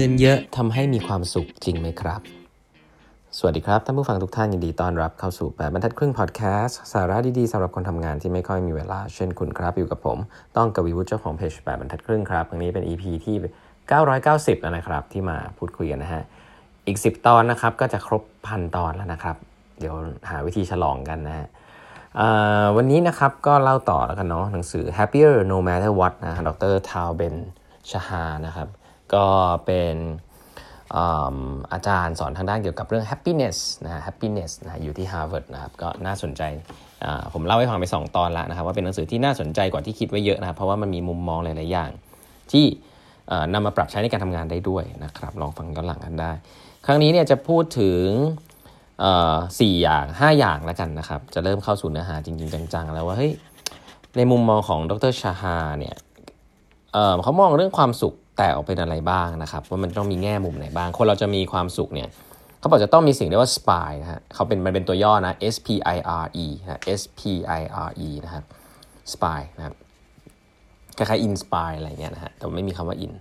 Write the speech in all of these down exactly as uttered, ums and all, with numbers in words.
งินเยอะทำให้มีความสุขจริงไหมครับสวัสดีครับท่านผู้ฟังทุกท่านยินดีต้อนรับเข้าสู่แปดบรรทัดครึ่งพอดแคสต์สาระดีๆสำหรับคนทำงานที่ไม่ค่อยมีเวลาเช่นคุณครับอยู่กับผมต้องกวีวุฒิเจ้าของเพจแปดบรรทัดครึ่งครับครั้งนี้เป็น อี พี ที่เก้าร้อยเก้าสิบแล้วนะครับที่มาพูดคุยกันนะฮะอีกสิบตอนนะครับก็จะครบพันตอนแล้วนะครับเดี๋ยวหาวิธีฉลองกันนะฮะวันนี้นะครับก็เล่าต่อแล้วกันเนาะหนังสือ Happier No Matter What นะดร. ทาวเบนชฮานะครับก็เป็นอาจารย์สอนทางด้านเกี่ยวกับเรื่อง happiness นะ happiness นะอยู่ที่ Harvard นะครับก็น่าสนใจผมเล่าให้ฟังไปสองตอนแล้วนะครับว่าเป็นหนังสือที่น่าสนใจกว่าที่คิดไว้เยอะนะครับเพราะว่ามันมีมุมมองหลายๆอย่างที่นำมาปรับใช้ในการทำงานได้ด้วยนะครับลองฟังย้อนหลังกันได้ครั้งนี้เนี่ยจะพูดถึงสี่อย่างห้าอย่างแล้วกันนะครับจะเริ่มเข้าสู่เนื้อหาจริงๆจังๆแล้วว่าเฮ้ยในมุมมองของดร. ชาฮาเนี่ยเอ่อเขามองเรื่องความสุขแตกออกเป็นอะไรบ้างนะครับว่ามันต้องมีแง่มุมไหนบ้างคนเราจะมีความสุขเนี่ยเขาบอกจะต้องมีสิ่งเรียกว่า spire นะฮะเขาเป็นมันเป็นตัวย่อนะ S P I R E นะ S P I R E นะครับ spire นะครับคล้ายๆ inspire อะไรเงี้ยนะฮะแต่ไม่มีคำว่า in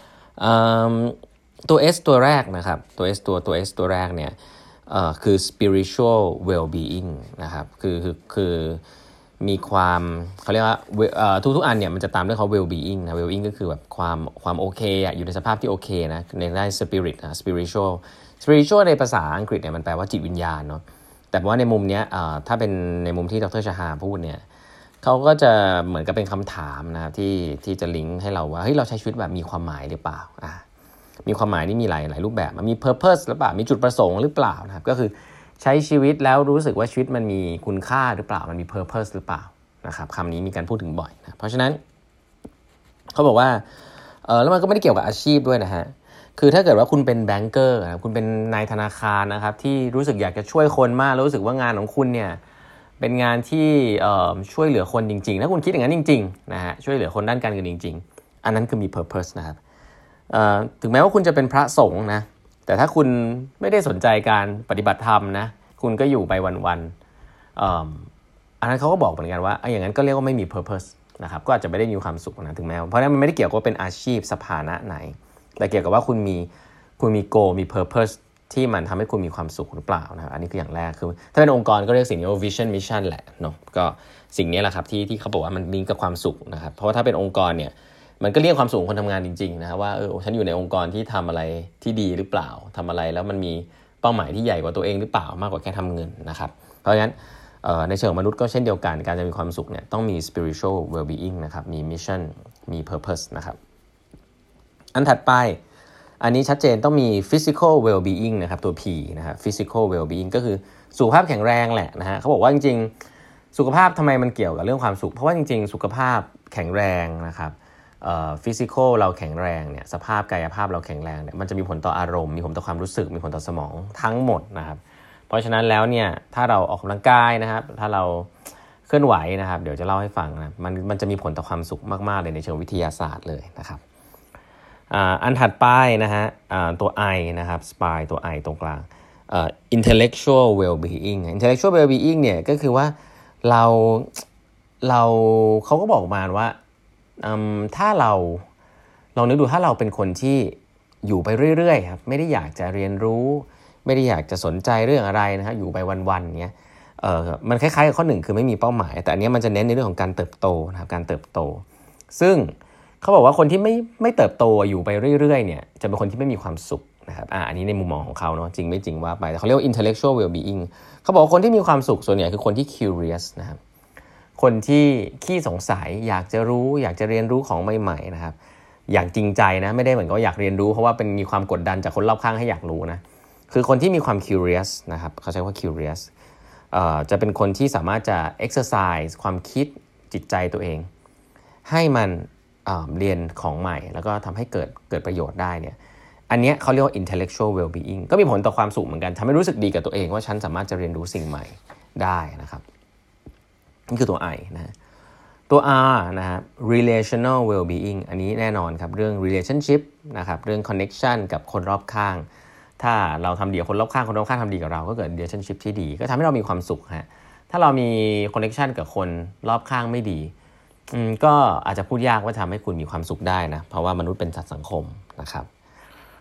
ตัว S ตัวแรกนะครับตัว S ตัวตัว S ตัวแรกเนี่ยเอ่อคือ spiritual well-being นะครับคือคือคือมีความเขาเรียกว่าทุกๆอันเนี่ยมันจะตามด้วยเขา well-being นะ well-being ก็คือแบบความความโอเคอ่ะอยู่ในสภาพที่โอเคนะในด้าน spirit นะ spiritual spiritual ในภาษาอังกฤษเนี่ยมันแปลว่าจิตวิญญาณเนาะแต่ว่าในมุมเนี้ยถ้าเป็นในมุมที่ดร. ชฮาพูดเนี่ยเขาก็จะเหมือนกับเป็นคำถามนะครับที่ที่จะลิงก์ให้เราว่าเฮ้ยเราใช้ชีวิตแบบมีความหมายหรือเปล่าอ่ะมีความหมายนี่มีหลายหลายรูปแบบมันมี purpose หรือเปล่ามีจุดประสงค์หรือเปล่านะครับก็คือใช้ชีวิตแล้วรู้สึกว่าชีวิตมันมีคุณค่าหรือเปล่ามันมี purpose หรือเปล่านะครับคำนี้มีการพูดถึงบ่อยนะเพราะฉะนั้นเขาบอกว่าเออแล้วมันก็ไม่ได้เกี่ยวกับอาชีพด้วยนะฮะคือถ้าเกิดว่าคุณเป็นแบงก์เกอร์นะคุณเป็นนายธนาคารนะครับที่รู้สึกอยากจะช่วยคนมากรู้สึกว่างานของคุณเนี่ยเป็นงานที่เอ่อช่วยเหลือคนจริงๆถ้าคุณคิดอย่างนั้นจริงๆนะฮะช่วยเหลือคนด้านการเงินจริงๆอันนั้นคือมี purpose นะครับเอ่อถึงแม้ว่าคุณจะเป็นพระสงฆ์นะแต่ถ้าคุณไม่ได้สนใจการปฏิบัติธรรมนะคุณก็อยู่ไปวันๆเอ่ออันนั้นเขาก็บอกเหมือนกันว่าอย่างนั้นก็เรียกว่าไม่มี purpose นะครับก็อาจจะไม่ได้มีความสุขนะถึงแม้เพราะนั้นมันไม่ได้เกี่ยวกับว่าเป็นอาชีพสถานะไหนแต่เกี่ยวกับว่าคุณมีคุณมี goal มี purpose ที่มันทำให้คุณมีความสุขหรือเปล่านะครับอันนี้คืออย่างแรกคือถ้าเป็นองค์กรก็เรียกสิ่งนี้ว่า vision mission แหละเนาะก็สิ่งนี้แหละครับที่ที่เขาบอกว่ามันลิงก์กับความสุขนะครับเพราะว่าถ้าเป็นองค์กรเนี่ยมันก็เรียกความสุขของคนทำงานจริงๆนะครับว่าเออฉันอยู่ในองค์กรที่ทำอะไรที่ดีหรือเปล่าทำอะไรแล้วมันมีเป้าหมายที่ใหญ่กว่าตัวเองหรือเปล่ามากกว่าแค่ทำเงินนะครับเพราะฉะนั้นในเชิงมนุษย์ก็เช่นเดียวกันการจะมีความสุขเนี่ยต้องมี spiritual well-being นะครับมี mission มี purpose นะครับอันถัดไปอันนี้ชัดเจนต้องมี physical well-being นะครับตัว P นะครับ physical well-being ก็คือสุขภาพแข็งแรงแหละนะฮะเขาบอกว่าจริงๆสุขภาพทำไมมันเกี่ยวกับเรื่องความสุขเพราะว่าจริงๆสุขภาพแข็งแรงนะครับเอ่อ physical เราแข็งแรงเนี่ยสภาพกายภาพเราแข็งแรงเนี่ยมันจะมีผลต่ออารมณ์มีผลต่อความรู้สึกมีผลต่อสมองทั้งหมดนะครับเพราะฉะนั้นแล้วเนี่ยถ้าเราออกกำลังกายนะครับถ้าเราเคลื่อนไหวนะครับเดี๋ยวจะเล่าให้ฟังนะมันมันจะมีผลต่อความสุขมากๆเลยในเชิงวิทยาศาสตร์เลยนะครับอ่าอันถัดไปนะฮะอ่าตัว I นะครับ spine ตัว I ตรงกลางเอ่อ intellectual well-being intellectual well-being เนี่ยก็คือว่าเราเราเขาก็บอกมาว่าอืมถ้าเราลองนึกดูถ้าเราเป็นคนที่อยู่ไปเรื่อยๆครับไม่ได้อยากจะเรียนรู้ไม่ได้อยากจะสนใจเรื่องอะไรนะฮะอยู่ไปวันๆเงี้ยเอ่อมันคล้ายๆกับข้อหนึ่งคือไม่มีเป้าหมายแต่อันนี้มันจะเน้นในเรื่องของการเติบโตนะครับการเติบโตซึ่งเขาบอกว่าคนที่ไม่ไม่เติบโตอยู่ไปเรื่อยๆเนี่ยจะเป็นคนที่ไม่มีความสุขนะครับอ่าอันนี้ในมุมมองของเขาเนาะจริงไม่จริงว่าไปแต่เขาเรียกว่า intellectual well-being เขาบอกว่าคนที่มีความสุขส่วนใหญ่คือคนที่ curious นะครับคนที่ขี้สงสัยอยากจะรู้อยากจะเรียนรู้ของใหม่ๆนะครับอย่างจริงใจนะไม่ได้เหมือนกับอยากเรียนรู้เพราะว่าเป็นมีความกดดันจากคนรอบข้างให้อยากรู้นะคือคนที่มีความ curious นะครับเขาใช้ว่า curious เอ่อจะเป็นคนที่สามารถจะ exercise ความคิดจิตใจตัวเองให้มันเอ่อเรียนของใหม่แล้วก็ทำให้เกิดเกิดประโยชน์ได้เนี่ยอันนี้เขาเรียกว่า intellectual well-being ก็มีผลต่อความสุขเหมือนกันทำให้รู้สึกดีกับตัวเองว่าฉันสามารถจะเรียนรู้สิ่งใหม่ได้นะครับนี่คือตัว I นะตัว R นะครับ relational well-being อันนี้แน่นอนครับเรื่อง relationship นะครับเรื่อง connection กับคนรอบข้างถ้าเราทำดีกับคนรอบข้างคนรอบข้างทำดีกับเราก็เกิด relationship ที่ดีก็ทำให้เรามีความสุขฮะถ้าเรามี connection กับคนรอบข้างไม่ดีอืมก็อาจจะพูดยากว่าทำให้คุณมีความสุขได้นะเพราะว่ามนุษย์เป็นสัตว์สังคมนะครับ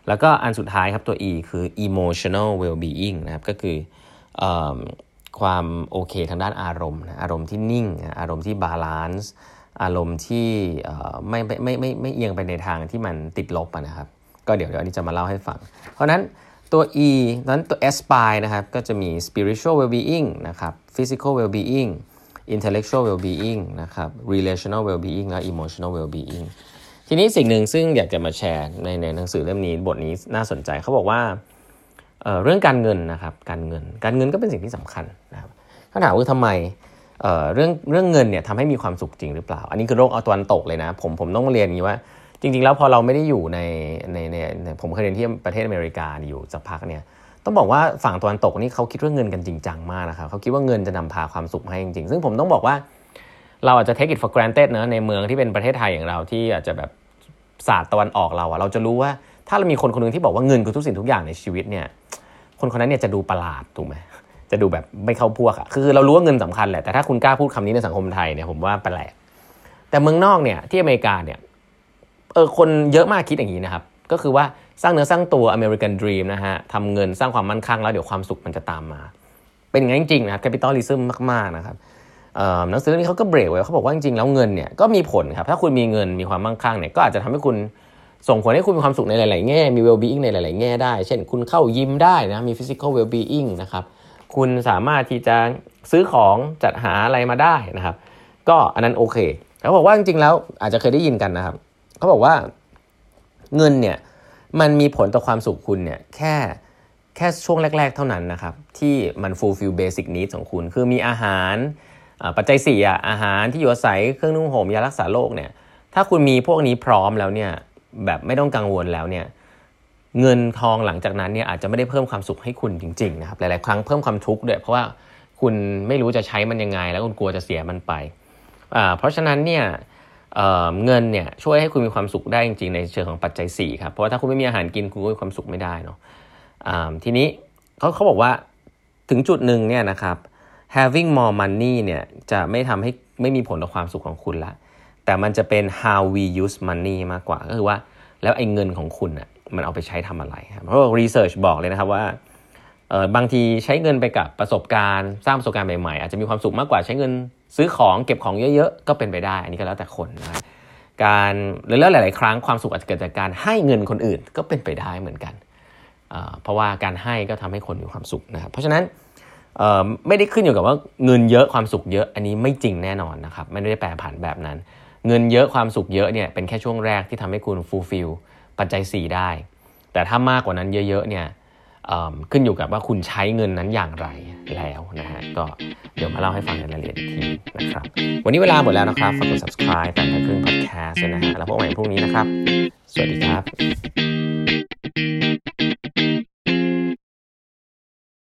แล้วก็อันสุดท้ายครับตัว E คือ emotional well-being นะครับก็คือความโอเคทางด้านอารมณ์นะอารมณ์ที่นิ่งอารมณ์ที่บาลานซ์อารมณ์ที่ไม่ไม่ไม่ไม่ไม่เอียงไปในทางที่มันติดลบนะครับก็เดี๋ยวเดี๋ยวอันนี้จะมาเล่าให้ฟังเพราะนั้นตัว E นั้นตัว S ปลายนะครับก็จะมี spiritual well-being นะครับ physical well-being intellectual well-being นะครับ relational well-being และ emotional well-being ทีนี้สิ่งหนึ่งซึ่งอยากจะมาแชร์ในในหนังสือเล่มนี้บทนี้น่าสนใจเขาบอกว่า เอ่อ เรื่องการเงินนะครับการเงินการเงินก็เป็นสิ่งที่สำคัญนะครับเขาถามว่าทำไมเอ่อเรื่องเรื่องเงินเนี่ยทำให้มีความสุขจริงหรือเปล่าอันนี้คือโลกตะวันตกเลยนะผมผมต้องเรียนอย่างนี้ว่าจริงๆแล้วพอเราไม่ได้อยู่ในในในผมเคยเรียนที่ประเทศอเมริกาอยู่สักพักเนี่ยต้องบอกว่าฝั่งตะวันตกนี่เขาคิดเรื่องเงินกันจริงจังมากนะครับเขาคิดว่าเงินจะนำพาความสุขให้จริงๆซึ่งผมต้องบอกว่าเราอาจจะ take it for granted นะในเมืองที่เป็นประเทศไทยอย่างเราที่อาจจะแบบศาสตร์ตะวันออกเราอะเราจะรู้ว่าถ้าเรามีคนคนนึงที่บอกว่าเงินคือทุกสิ่งทุกอย่างในชีวิตเนี่ยคนคนนั้นเนี่ยจะดูประหลาดถูกไหมจะดูแบบไม่เข้าพวกอะคือเรารู้ว่าเงินสำคัญแหละแต่ถ้าคุณกล้าพูดคำนี้ในสังคมไทยเนี่ยผมว่าแปลกแต่เมืองนอกเนี่ยที่อเมริกาเนี่ยเออคนเยอะมากคิดอย่างนี้นะครับก็คือว่าสร้างเนื้อสร้างตัว American Dream นะฮะทำเงินสร้างความมั่นคงแล้วเดี๋ยวความสุขมันจะตามมาเป็นอย่างนั้นจริงๆนะครับ Capitalism มากๆนะครับหนังสือเล่มนี้เขาก็เบรกไว้เขาบอกว่าจริงๆแล้วเงินเนี่ยก็มีผลครับถ้าคุณมีเงินมีความมั่งคั่งเนี่ยก็อาจจะทำให้คุณส่งผลให้คุณมีความสุขในหลายๆแง่มี well-being ในหลายๆแง่ได้เช่นคุณเข้ายิมได้นะมี physical well-being นะครับคุณสามารถที่จะซื้อของจัดหาอะไรมาได้นะครับก็อันนั้นโอเคเขาบอกว่าจริงๆแล้วอาจจะเคยได้ยินกันนะครับเขาบอกว่าเงินเนี่ยมันมีผลต่อความสุขคุณเนี่ยแค่แค่ช่วงแรกๆเท่านั้นนะครับที่มัน fulfill basic needs ของคุณคือมีอาหารปัจจัยสี่อ่ะอาหารที่อยู่อาศัยเครื่องนุ่งห่มยารักษาโรคเนี่ยถ้าคุณมีพวกนี้พร้อมแล้วเนี่ยแบบไม่ต้องกังวลแล้วเนี่ยเงินทองหลังจากนั้นเนี่ยอาจจะไม่ได้เพิ่มความสุขให้คุณจริงๆนะครับหลายๆครั้งเพิ่มความทุกข์ด้วยเพราะว่าคุณไม่รู้จะใช้มันยังไงแล้วคุณกลัวจะเสียมันไปอ่าเพราะฉะนั้นเนี่ยเอ่อเงินเนี่ยช่วยให้คุณมีความสุขได้จริงๆในเชิงของปัจจัยสี่ครับเพราะว่าถ้าคุณไม่มีอาหารกินคุณก็มีความสุขไม่ได้เนาะอ่าทีนี้เขาเขาบอกว่าถึงจุดหนึ่งเนี่ยนะครับ having more money เนี่ยจะไม่ทำให้ไม่มีผลต่อความสุขของคุณละแต่มันจะเป็น how we use money มากกว่าก็คือว่าแล้วไอ้เงินของคุณน่ะมันเอาไปใช้ทำอะไรครับเพราะว่า research บอกเลยนะครับว่าเอ่อบางทีใช้เงินไปกับประสบการณ์สร้างประสบการณ์ใหม่ๆอาจจะมีความสุขมากกว่าใช้เงินซื้อของเก็บของเยอะๆก็เป็นไปได้อันนี้ก็แล้วแต่คนนะการแล้วหลายๆครั้งความสุขอาจจะเกิดจากการให้เงินคนอื่นก็เป็นไปได้เหมือนกันเพราะว่าการให้ก็ทำให้คนมีความสุขนะครับเพราะฉะนั้นไม่ได้ขึ้นอยู่กับว่าเงินเยอะความสุขเยอะอันนี้ไม่จริงแน่นอนนะครับไม่ได้แปรผันแบบนั้นเงินเยอะความสุขเยอะเนี่ยเป็นแค่ช่วงแรกที่ทำให้คุณ fulfill ปัจจัยสี่ได้แต่ถ้ามากกว่านั้นเยอะๆเนี่ยขึ้นอยู่กับว่าคุณใช้เงินนั้นอย่างไรแล้วนะฮะก็เดี๋ยวมาเล่าให้ฟังในรายละเอียดอีกทีนะครับวันนี้เวลาหมดแล้วนะครับฝากกด subscribe แต่งครึ่ง podcast ด้วยนะฮะแล้วพบกันใหม่พรุ่งนี้นะครับสวัสดีครับ